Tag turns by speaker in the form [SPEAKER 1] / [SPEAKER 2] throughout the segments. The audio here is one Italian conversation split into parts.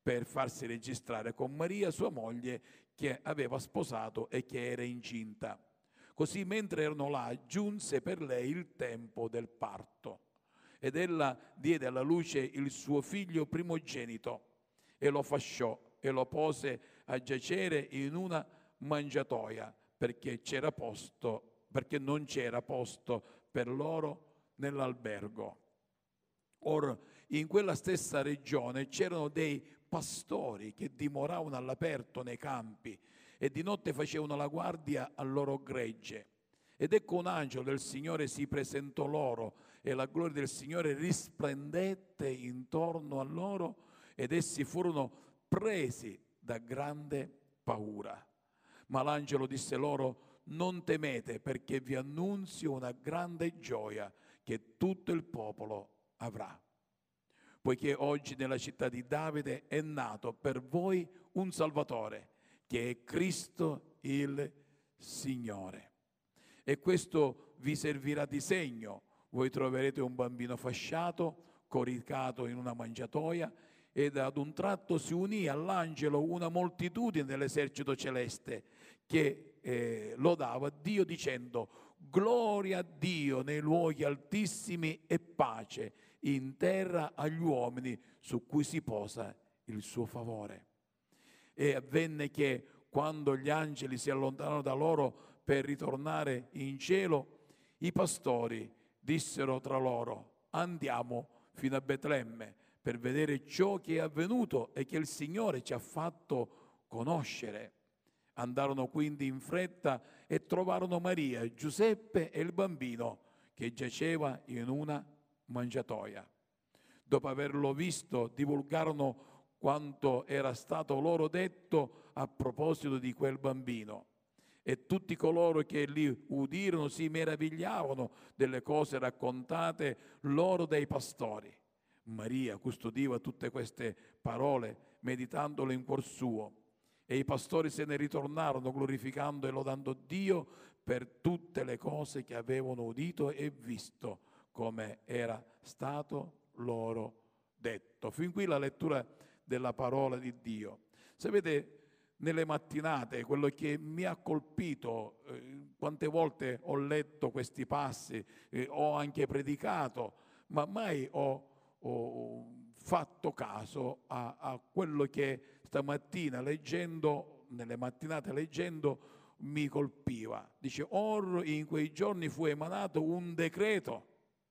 [SPEAKER 1] per farsi registrare con Maria, sua moglie, che aveva sposato e che era incinta. Così mentre erano là, giunse per lei il tempo del parto. Ed ella diede alla luce il suo figlio primogenito e lo fasciò e lo pose a giacere in una mangiatoia perché non c'era posto per loro nell'albergo. Or in quella stessa regione c'erano dei pastori che dimoravano all'aperto nei campi e di notte facevano la guardia al loro gregge. Ed ecco un angelo del Signore si presentò loro e la gloria del Signore risplendette intorno a loro ed essi furono presi da grande paura. Ma l'angelo disse loro: non temete, perché vi annunzio una grande gioia che tutto il popolo avrà. Poiché oggi nella città di Davide è nato per voi un Salvatore, che è Cristo il Signore. E questo vi servirà di segno: voi troverete un bambino fasciato, coricato in una mangiatoia. Ed ad un tratto si unì all'angelo una moltitudine dell'esercito celeste che lodava Dio dicendo: gloria a Dio nei luoghi altissimi e pace in terra agli uomini su cui si posa il suo favore. E avvenne che quando gli angeli si allontanarono da loro per ritornare in cielo, i pastori dissero tra loro: andiamo fino a Betlemme per vedere ciò che è avvenuto e che il Signore ci ha fatto conoscere. Andarono quindi in fretta e trovarono Maria, Giuseppe e il bambino che giaceva in una mangiatoia. Dopo averlo visto, divulgarono quanto era stato loro detto a proposito di quel bambino. E tutti coloro che li udirono si meravigliavano delle cose raccontate loro dai pastori. Maria custodiva tutte queste parole, meditandole in cuor suo. E i pastori se ne ritornarono glorificando e lodando Dio per tutte le cose che avevano udito e visto, come era stato loro detto. Fin qui la lettura della parola di Dio. Sapete, nelle mattinate, quello che mi ha colpito, quante volte ho letto questi passi, ho anche predicato, ma mai ho fatto caso a quello che stamattina nelle mattinate leggendo, mi colpiva. Dice: or in quei giorni fu emanato un decreto,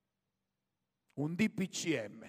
[SPEAKER 1] un DPCM.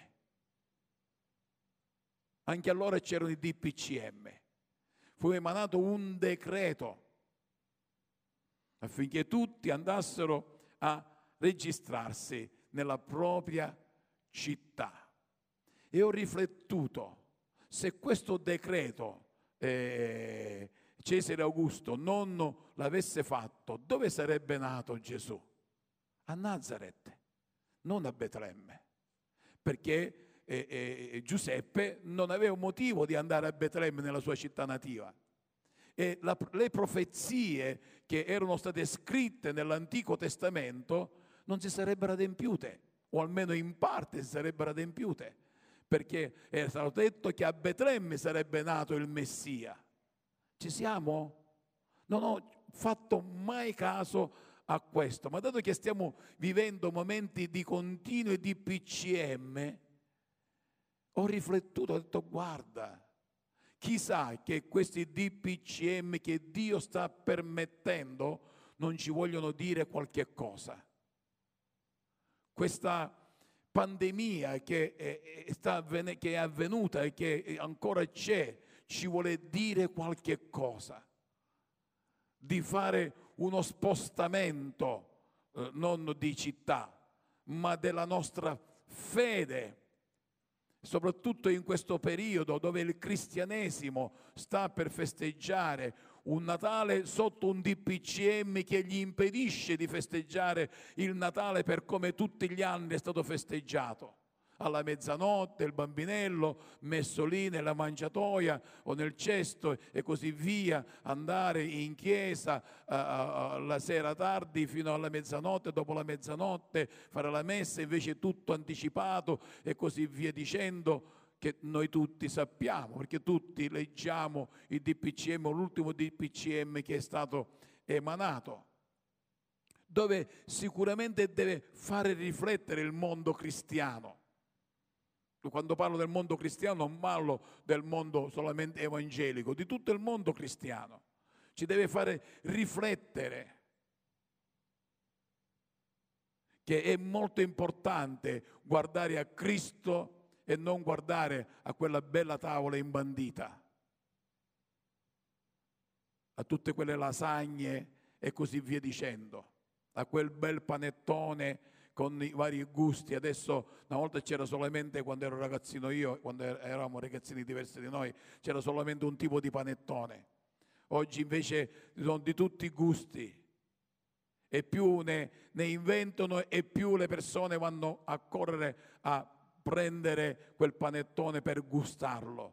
[SPEAKER 1] Anche allora c'erano i DPCM. Fu emanato un decreto affinché tutti andassero a registrarsi nella propria città. E ho riflettuto, se questo decreto Cesare Augusto non l'avesse fatto, dove sarebbe nato Gesù? A Nazareth, non a Betlemme, perché Giuseppe non aveva motivo di andare a Betlemme nella sua città nativa. E le profezie che erano state scritte nell'Antico Testamento non si sarebbero adempiute, o almeno in parte si sarebbero adempiute, perché era stato detto che a Betlemme sarebbe nato il Messia. Ci siamo? Non ho fatto mai caso a questo, ma dato che stiamo vivendo momenti di continui DPCM, ho riflettuto, ho detto: guarda, chissà che questi DPCM che Dio sta permettendo non ci vogliono dire qualche cosa. Questa pandemia che è avvenuta e che ancora c'è, ci vuole dire qualche cosa. Di fare uno spostamento, non di città, ma della nostra fede, soprattutto in questo periodo dove il cristianesimo sta per festeggiare un Natale sotto un DPCM che gli impedisce di festeggiare il Natale per come tutti gli anni è stato festeggiato. Alla mezzanotte il bambinello messo lì nella mangiatoia o nel cesto e così via, andare in chiesa la sera tardi fino alla mezzanotte, dopo la mezzanotte fare la messa, invece tutto anticipato e così via dicendo. che noi tutti sappiamo, perché tutti leggiamo il DPCM, l'ultimo DPCM che è stato emanato, dove sicuramente deve fare riflettere il mondo cristiano. Quando parlo del mondo cristiano non parlo del mondo solamente evangelico, di tutto il mondo cristiano. Ci deve fare riflettere che è molto importante guardare a Cristo e non guardare a quella bella tavola imbandita, a tutte quelle lasagne e così via dicendo, a quel bel panettone con i vari gusti. Adesso, una volta c'era solamente, quando ero ragazzino io, quando eravamo ragazzini diversi di noi, c'era solamente un tipo di panettone. Oggi invece sono di tutti i gusti, e più ne inventano e più le persone vanno a correre a prendere quel panettone per gustarlo,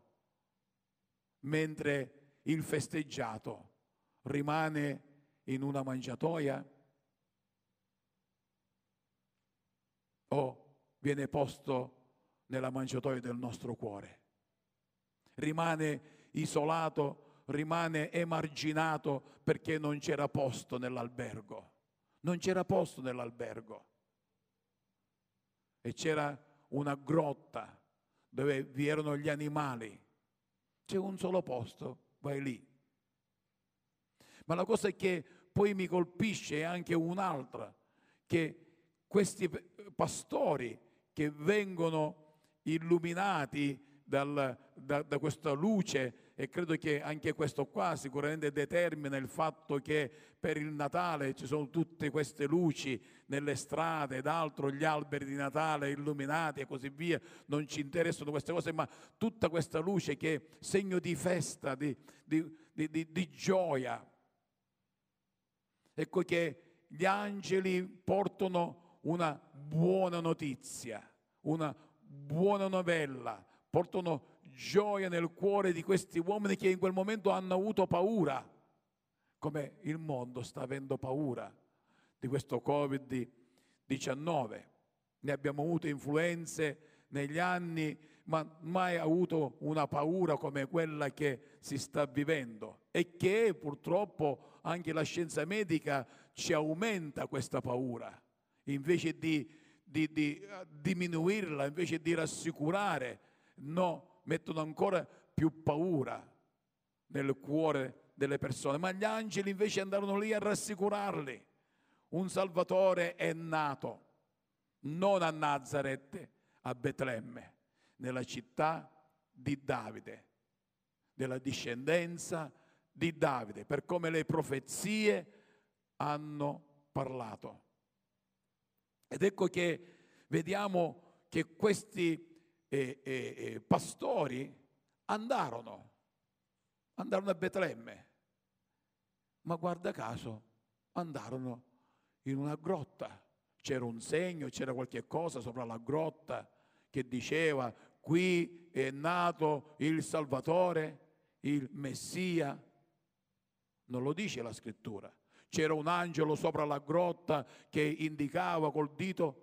[SPEAKER 1] mentre il festeggiato rimane in una mangiatoia o viene posto nella mangiatoia del nostro cuore. Rimane isolato, rimane emarginato perché non c'era posto nell'albergo. Non c'era posto nell'albergo. E c'era una grotta dove vi erano gli animali. C'è un solo posto, vai lì. Ma la cosa che poi mi colpisce è anche un'altra, che questi pastori che vengono illuminati da questa luce, e credo che anche questo qua sicuramente determina il fatto che per il Natale ci sono tutte queste luci nelle strade ed altro, gli alberi di Natale illuminati e così via. Non ci interessano queste cose, ma tutta questa luce che è segno di festa, di gioia. Ecco che gli angeli portano una buona notizia, una buona novella, portano gioia nel cuore di questi uomini che in quel momento hanno avuto paura, come il mondo sta avendo paura di questo Covid-19. Ne abbiamo avuto influenze negli anni, ma mai avuto una paura come quella che si sta vivendo, e che purtroppo anche la scienza medica ci aumenta questa paura, invece di diminuirla, invece di rassicurare, no, mettono ancora più paura nel cuore delle persone. Ma gli angeli invece andarono lì a rassicurarli. Un Salvatore è nato, non a Nazaret, a Betlemme, nella città di Davide, della discendenza di Davide, per come le profezie hanno parlato. Ed ecco che vediamo che questi pastori andarono a Betlemme, ma guarda caso andarono in una grotta. C'era un segno, c'era qualche cosa sopra la grotta che diceva: qui è nato il Salvatore, il Messia. Non lo dice la scrittura. C'era un angelo sopra la grotta che indicava col dito: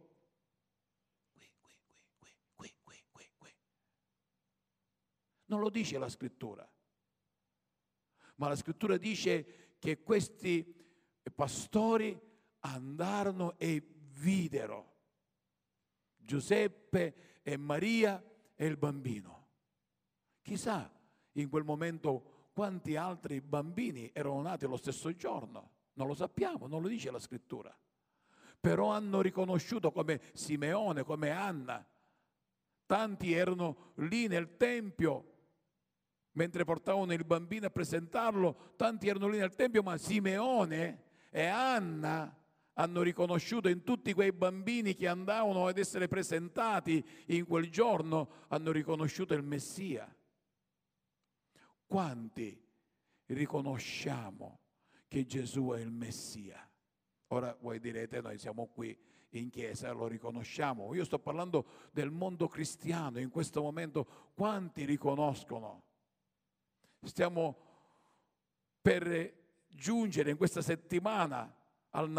[SPEAKER 1] non lo dice la scrittura, ma la scrittura dice che questi pastori andarono e videro Giuseppe e Maria e il bambino. Chissà in quel momento quanti altri bambini erano nati lo stesso giorno, non lo sappiamo, non lo dice la scrittura. Però hanno riconosciuto, come Simeone, come Anna. Tanti erano lì nel tempio mentre portavano il bambino a presentarlo, tanti erano lì nel tempio, ma Simeone e Anna hanno riconosciuto in tutti quei bambini che andavano ad essere presentati in quel giorno, hanno riconosciuto il Messia. Quanti riconosciamo che Gesù è il Messia? Ora voi direte: noi siamo qui in chiesa, lo riconosciamo. Io sto parlando del mondo cristiano in questo momento. Quanti riconoscono? Stiamo per giungere in questa settimana al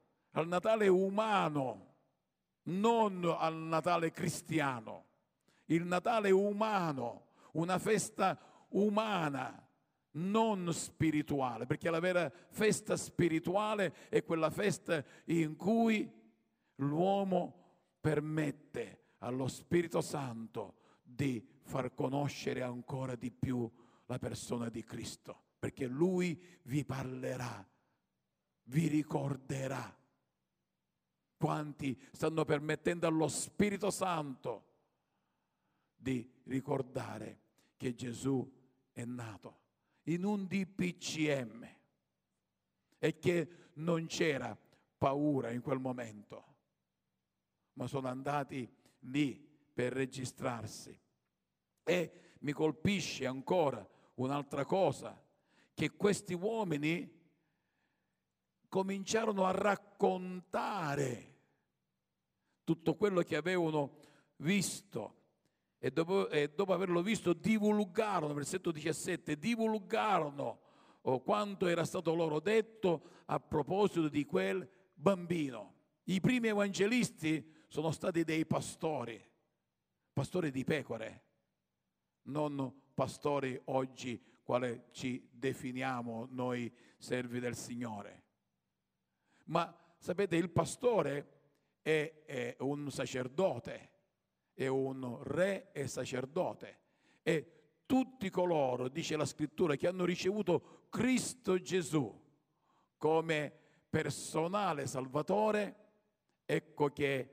[SPEAKER 1] Natale umano, non al Natale cristiano. il Natale umano, una festa umana, non spirituale, perché la vera festa spirituale è quella festa in cui l'uomo permette allo Spirito Santo di far conoscere ancora di più la persona di Cristo, perché Lui vi parlerà, vi ricorderà. Quanti stanno permettendo allo Spirito Santo di ricordare che Gesù è nato in un DPCM e che non c'era paura in quel momento, ma sono andati lì per registrarsi. E mi colpisce ancora un'altra cosa, che questi uomini cominciarono a raccontare tutto quello che avevano visto e dopo averlo visto divulgarono, versetto 17, divulgarono quanto era stato loro detto a proposito di quel bambino. I primi evangelisti sono stati dei pastori di pecore, non pastori oggi quale ci definiamo noi servi del Signore. Ma sapete, il pastore è un sacerdote, è un re e sacerdote, e tutti coloro, dice la scrittura, che hanno ricevuto Cristo Gesù come personale salvatore, ecco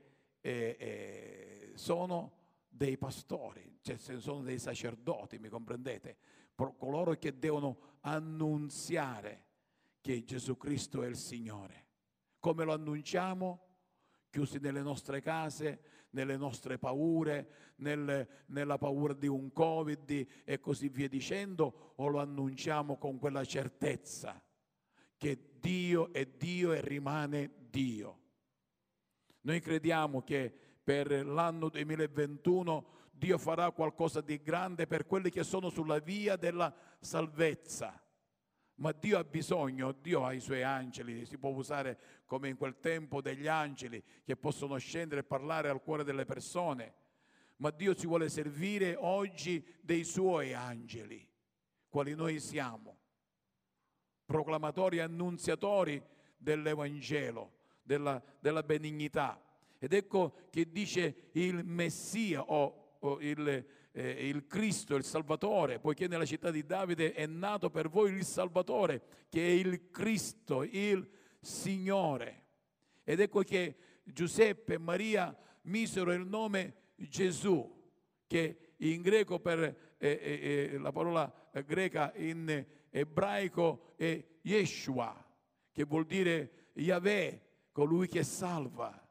[SPEAKER 1] che sono dei pastori, cioè sono dei sacerdoti, mi comprendete? Coloro che devono annunziare che Gesù Cristo è il Signore. Come lo annunciamo? Chiusi nelle nostre case, nelle nostre paure, nella paura di un Covid e così via dicendo, o lo annunciamo con quella certezza che Dio è Dio e rimane Dio? Noi crediamo che per l'anno 2021 Dio farà qualcosa di grande per quelli che sono sulla via della salvezza. Ma Dio ha bisogno, Dio ha i suoi angeli, si può usare come in quel tempo degli angeli che possono scendere e parlare al cuore delle persone, ma Dio si vuole servire oggi dei suoi angeli, quali noi siamo, proclamatori e annunziatori dell'Evangelo, della benignità. Ed ecco che dice il Messia o il Cristo, il Salvatore, poiché nella città di Davide è nato per voi il Salvatore, che è il Cristo, il Signore. Ed ecco che Giuseppe e Maria misero il nome Gesù, che in greco per la parola greca in ebraico è Yeshua, che vuol dire Yahweh, colui che salva.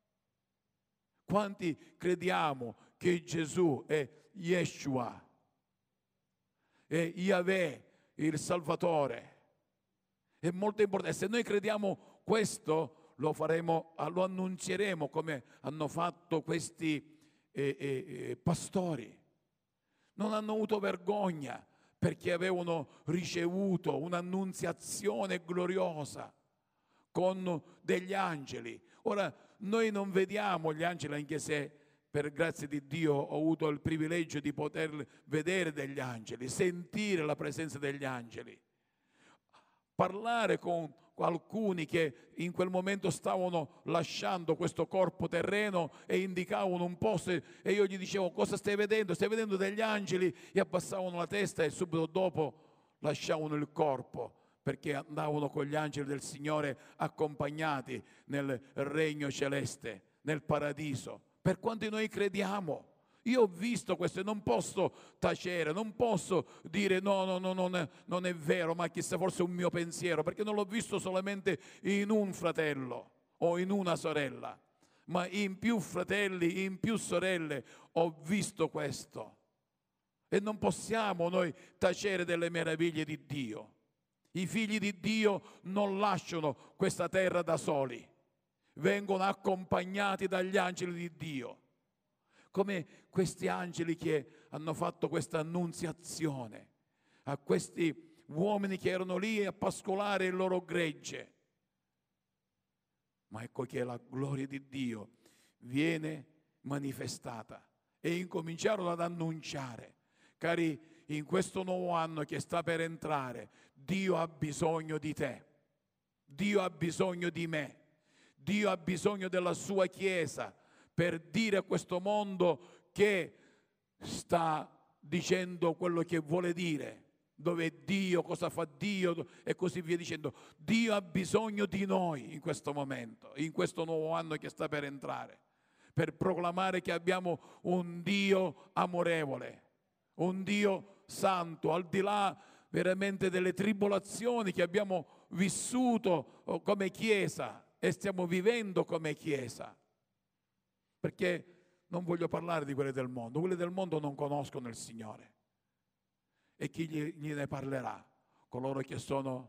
[SPEAKER 1] Quanti crediamo che Gesù è Yeshua, è Yahweh, il Salvatore? È molto importante. Se noi crediamo questo, lo annunzieremo come hanno fatto questi pastori. Non hanno avuto vergogna perché avevano ricevuto un'annunziazione gloriosa con degli angeli. Ora, noi non vediamo gli angeli, anche se per grazia di Dio ho avuto il privilegio di poter vedere degli angeli, sentire la presenza degli angeli, parlare con alcuni che in quel momento stavano lasciando questo corpo terreno e indicavano un posto e io gli dicevo: cosa stai vedendo? Stai vedendo degli angeli? E abbassavano la testa e subito dopo lasciavano il corpo, perché andavano con gli angeli del Signore accompagnati nel regno celeste, nel paradiso. Per quanti noi crediamo, io ho visto questo e non posso tacere, non posso dire no, non è vero, ma chissà, forse è un mio pensiero, perché non l'ho visto solamente in un fratello o in una sorella, ma in più fratelli, in più sorelle ho visto questo. E non possiamo noi tacere delle meraviglie di Dio. I figli di Dio non lasciano questa terra da soli, vengono accompagnati dagli angeli di Dio, come questi angeli che hanno fatto questa annunziazione a questi uomini che erano lì a pascolare il loro gregge. Ma ecco che la gloria di Dio viene manifestata e incominciarono ad annunciare. Cari, in questo nuovo anno che sta per entrare, Dio ha bisogno di te, Dio ha bisogno di me, Dio ha bisogno della sua Chiesa per dire a questo mondo che sta dicendo quello che vuole dire, dove è Dio, cosa fa Dio e così via dicendo. Dio ha bisogno di noi in questo momento, in questo nuovo anno che sta per entrare, per proclamare che abbiamo un Dio amorevole, un Dio santo, al di là veramente delle tribolazioni che abbiamo vissuto come Chiesa e stiamo vivendo come Chiesa. Perché non voglio parlare di quelle del mondo. Quelle del mondo non conoscono il Signore. E chi gliene parlerà? Coloro che sono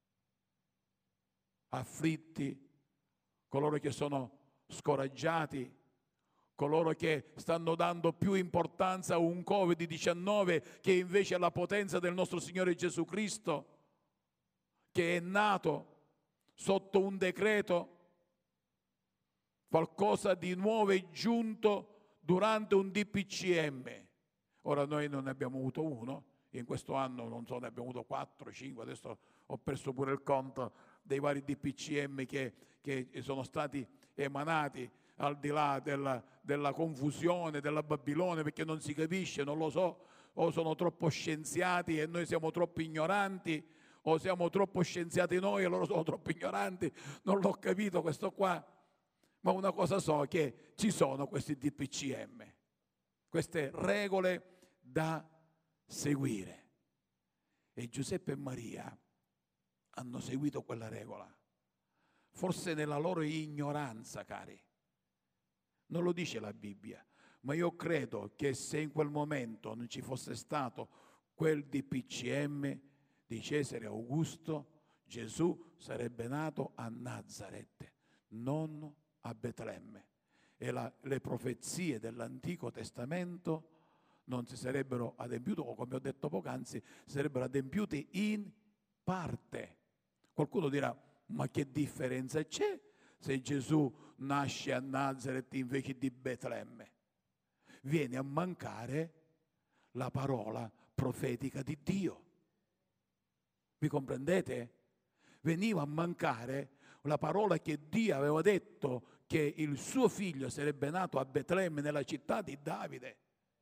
[SPEAKER 1] afflitti, coloro che sono scoraggiati, coloro che stanno dando più importanza a un Covid-19 che invece alla potenza del nostro Signore Gesù Cristo, che è nato sotto un decreto. Qualcosa di nuovo è giunto durante un DPCM. Ora noi non ne abbiamo avuto uno, in questo anno non so, ne abbiamo avuto 4, 5, adesso ho perso pure il conto dei vari DPCM che sono stati emanati, al di là della confusione, della Babilone, perché non si capisce, non lo so, o sono troppo scienziati e noi siamo troppo ignoranti, o siamo troppo scienziati noi e loro sono troppo ignoranti, non l'ho capito questo qua. Ma una cosa so, che ci sono questi DPCM, queste regole da seguire. E Giuseppe e Maria hanno seguito quella regola, forse nella loro ignoranza, cari. Non lo dice la Bibbia, ma io credo che se in quel momento non ci fosse stato quel DPCM di Cesare Augusto, Gesù sarebbe nato a Nazaret, non a Betlemme, e le profezie dell'Antico Testamento non si sarebbero adempiute, o come ho detto poc'anzi, si sarebbero adempiute in parte. Qualcuno dirà, ma che differenza c'è se Gesù nasce a Nazaret invece di Betlemme? Viene a mancare la parola profetica di Dio. Vi comprendete? Veniva a mancare la parola che Dio aveva detto, che il suo figlio sarebbe nato a Betlemme, nella città di Davide.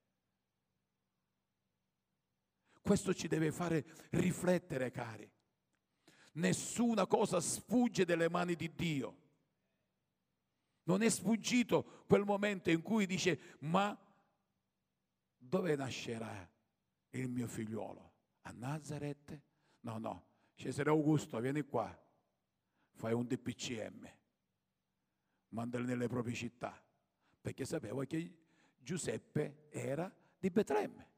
[SPEAKER 1] Questo ci deve fare riflettere, cari. Nessuna cosa sfugge dalle mani di Dio. Non è sfuggito quel momento in cui dice, ma dove nascerà il mio figliuolo? A Nazaret? No, Cesare Augusto, vieni qua. Fai un DPCM, mandali nelle proprie città, perché sapeva che Giuseppe era di Betlemme.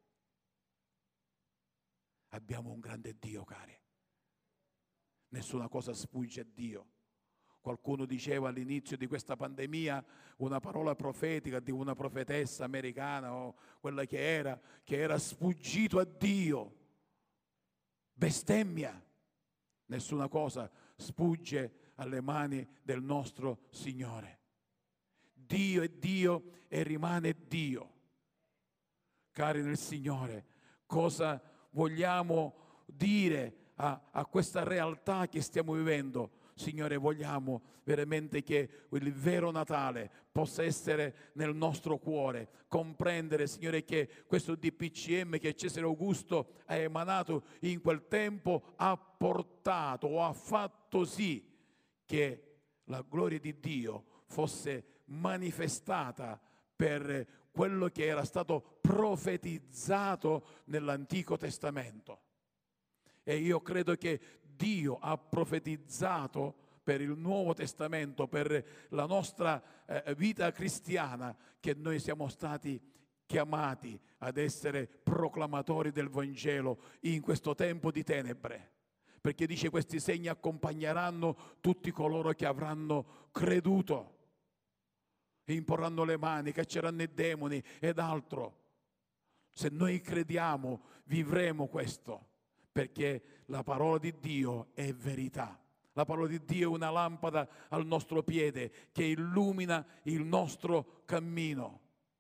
[SPEAKER 1] Abbiamo un grande Dio, cari. Nessuna cosa sfugge a Dio. Qualcuno diceva all'inizio di questa pandemia una parola profetica di una profetessa americana, o quella che era sfuggito a Dio. Bestemmia. Nessuna cosa sfugge alle mani del nostro Signore. Dio è Dio e rimane Dio. Cari nel Signore, cosa vogliamo dire a questa realtà che stiamo vivendo? Signore, vogliamo veramente che il vero Natale possa essere nel nostro cuore, comprendere, Signore, che questo DPCM che Cesare Augusto ha emanato in quel tempo ha portato o ha fatto sì che la gloria di Dio fosse manifestata per quello che era stato profetizzato nell'Antico Testamento. E io credo che Dio ha profetizzato per il Nuovo Testamento, per la nostra vita cristiana, che noi siamo stati chiamati ad essere proclamatori del Vangelo in questo tempo di tenebre. Perché dice, questi segni accompagneranno tutti coloro che avranno creduto, imporranno le mani, cacceranno i demoni ed altro. Se noi crediamo, vivremo questo. Perché la parola di Dio è verità. La parola di Dio è una lampada al nostro piede che illumina il nostro cammino.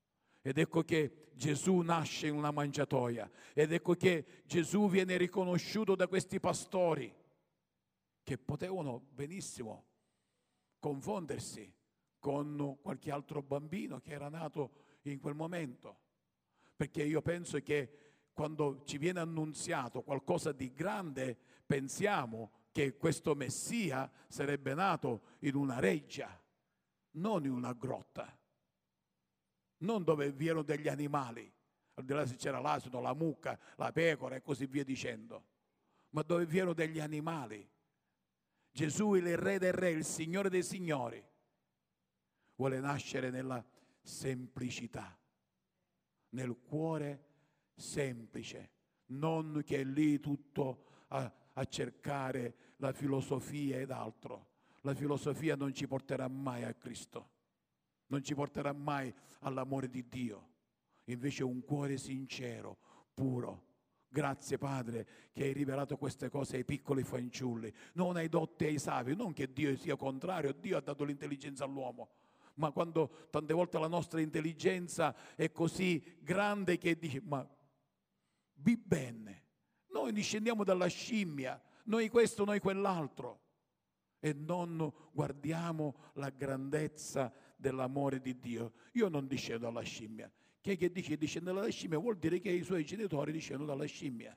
[SPEAKER 1] Ed ecco che Gesù nasce in una mangiatoia. Ed ecco che Gesù viene riconosciuto da questi pastori che potevano benissimo confondersi con qualche altro bambino che era nato in quel momento. Perché io penso che quando ci viene annunziato qualcosa di grande, pensiamo che questo Messia sarebbe nato in una reggia, non in una grotta, non dove vi erano degli animali, al di là se c'era l'asino, la mucca, la pecora e così via dicendo, ma dove vi erano degli animali. Gesù, il Re dei Re, il Signore dei Signori, vuole nascere nella semplicità, nel cuore semplice, non che è lì tutto a cercare la filosofia ed altro. La filosofia non ci porterà mai a Cristo, non ci porterà mai all'amore di Dio. Invece un cuore sincero, puro. Grazie Padre che hai rivelato queste cose ai piccoli fanciulli, non ai dotti e ai savi, non che Dio sia contrario, Dio ha dato l'intelligenza all'uomo. Ma quando tante volte la nostra intelligenza è così grande che dice, ma bene, noi discendiamo dalla scimmia, noi questo, noi quell'altro, e non guardiamo la grandezza dell'amore di Dio. Io non discendo dalla scimmia. Chi è che dice che discende dalla scimmia vuol dire che i suoi genitori discendono dalla scimmia.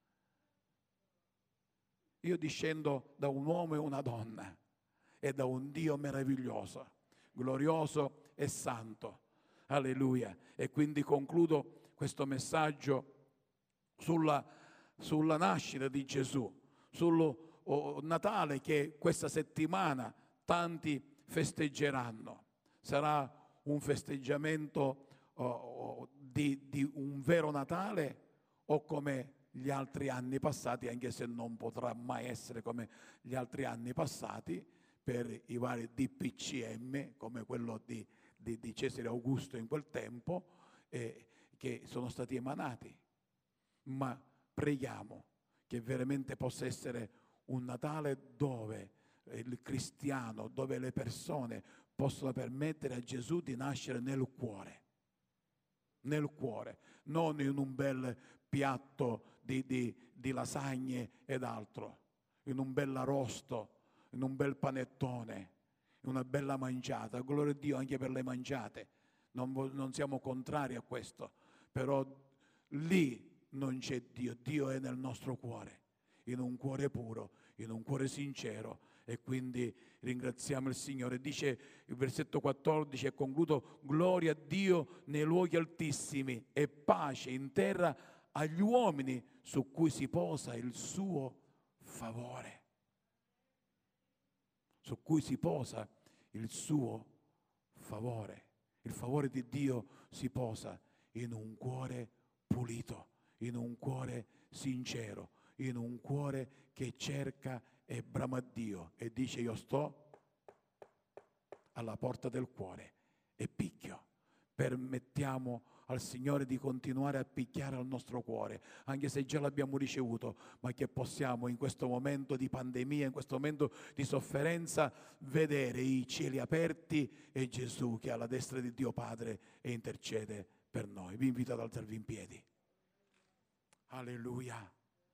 [SPEAKER 1] Io discendo da un uomo e una donna e da un Dio meraviglioso, glorioso e santo. Alleluia. E quindi concludo questo messaggio sulla nascita di Gesù, sul Natale che questa settimana tanti festeggeranno. Sarà un festeggiamento di un vero Natale o come gli altri anni passati, anche se non potrà mai essere come gli altri anni passati per i vari DPCM, come quello di Cesare Augusto in quel tempo, che sono stati emanati. Ma preghiamo che veramente possa essere un Natale dove il cristiano, dove le persone possono permettere a Gesù di nascere nel cuore, non in un bel piatto di lasagne ed altro, in un bel arrosto, in un bel panettone, in una bella mangiata. Gloria a Dio anche per le mangiate, non siamo contrari a questo, però lì non c'è Dio, Dio è nel nostro cuore, in un cuore puro, in un cuore sincero, e quindi ringraziamo il Signore. Dice il versetto 14 e concludo: gloria a Dio nei luoghi altissimi e pace in terra agli uomini su cui si posa il suo favore. Su cui si posa il suo favore. Il favore di Dio si posa in un cuore pulito, in un cuore sincero, in un cuore che cerca e brama Dio e dice: io sto alla porta del cuore e picchio. Permettiamo al Signore di continuare a picchiare al nostro cuore, anche se già l'abbiamo ricevuto, ma che possiamo in questo momento di pandemia, in questo momento di sofferenza, vedere i cieli aperti e Gesù che è alla destra di Dio Padre e intercede per noi. Vi invito ad alzarvi in piedi. Alleluia.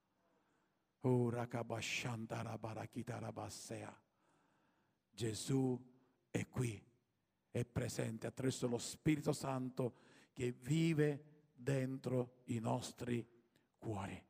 [SPEAKER 1] Gesù è qui, è presente attraverso lo Spirito Santo che vive dentro i nostri cuori.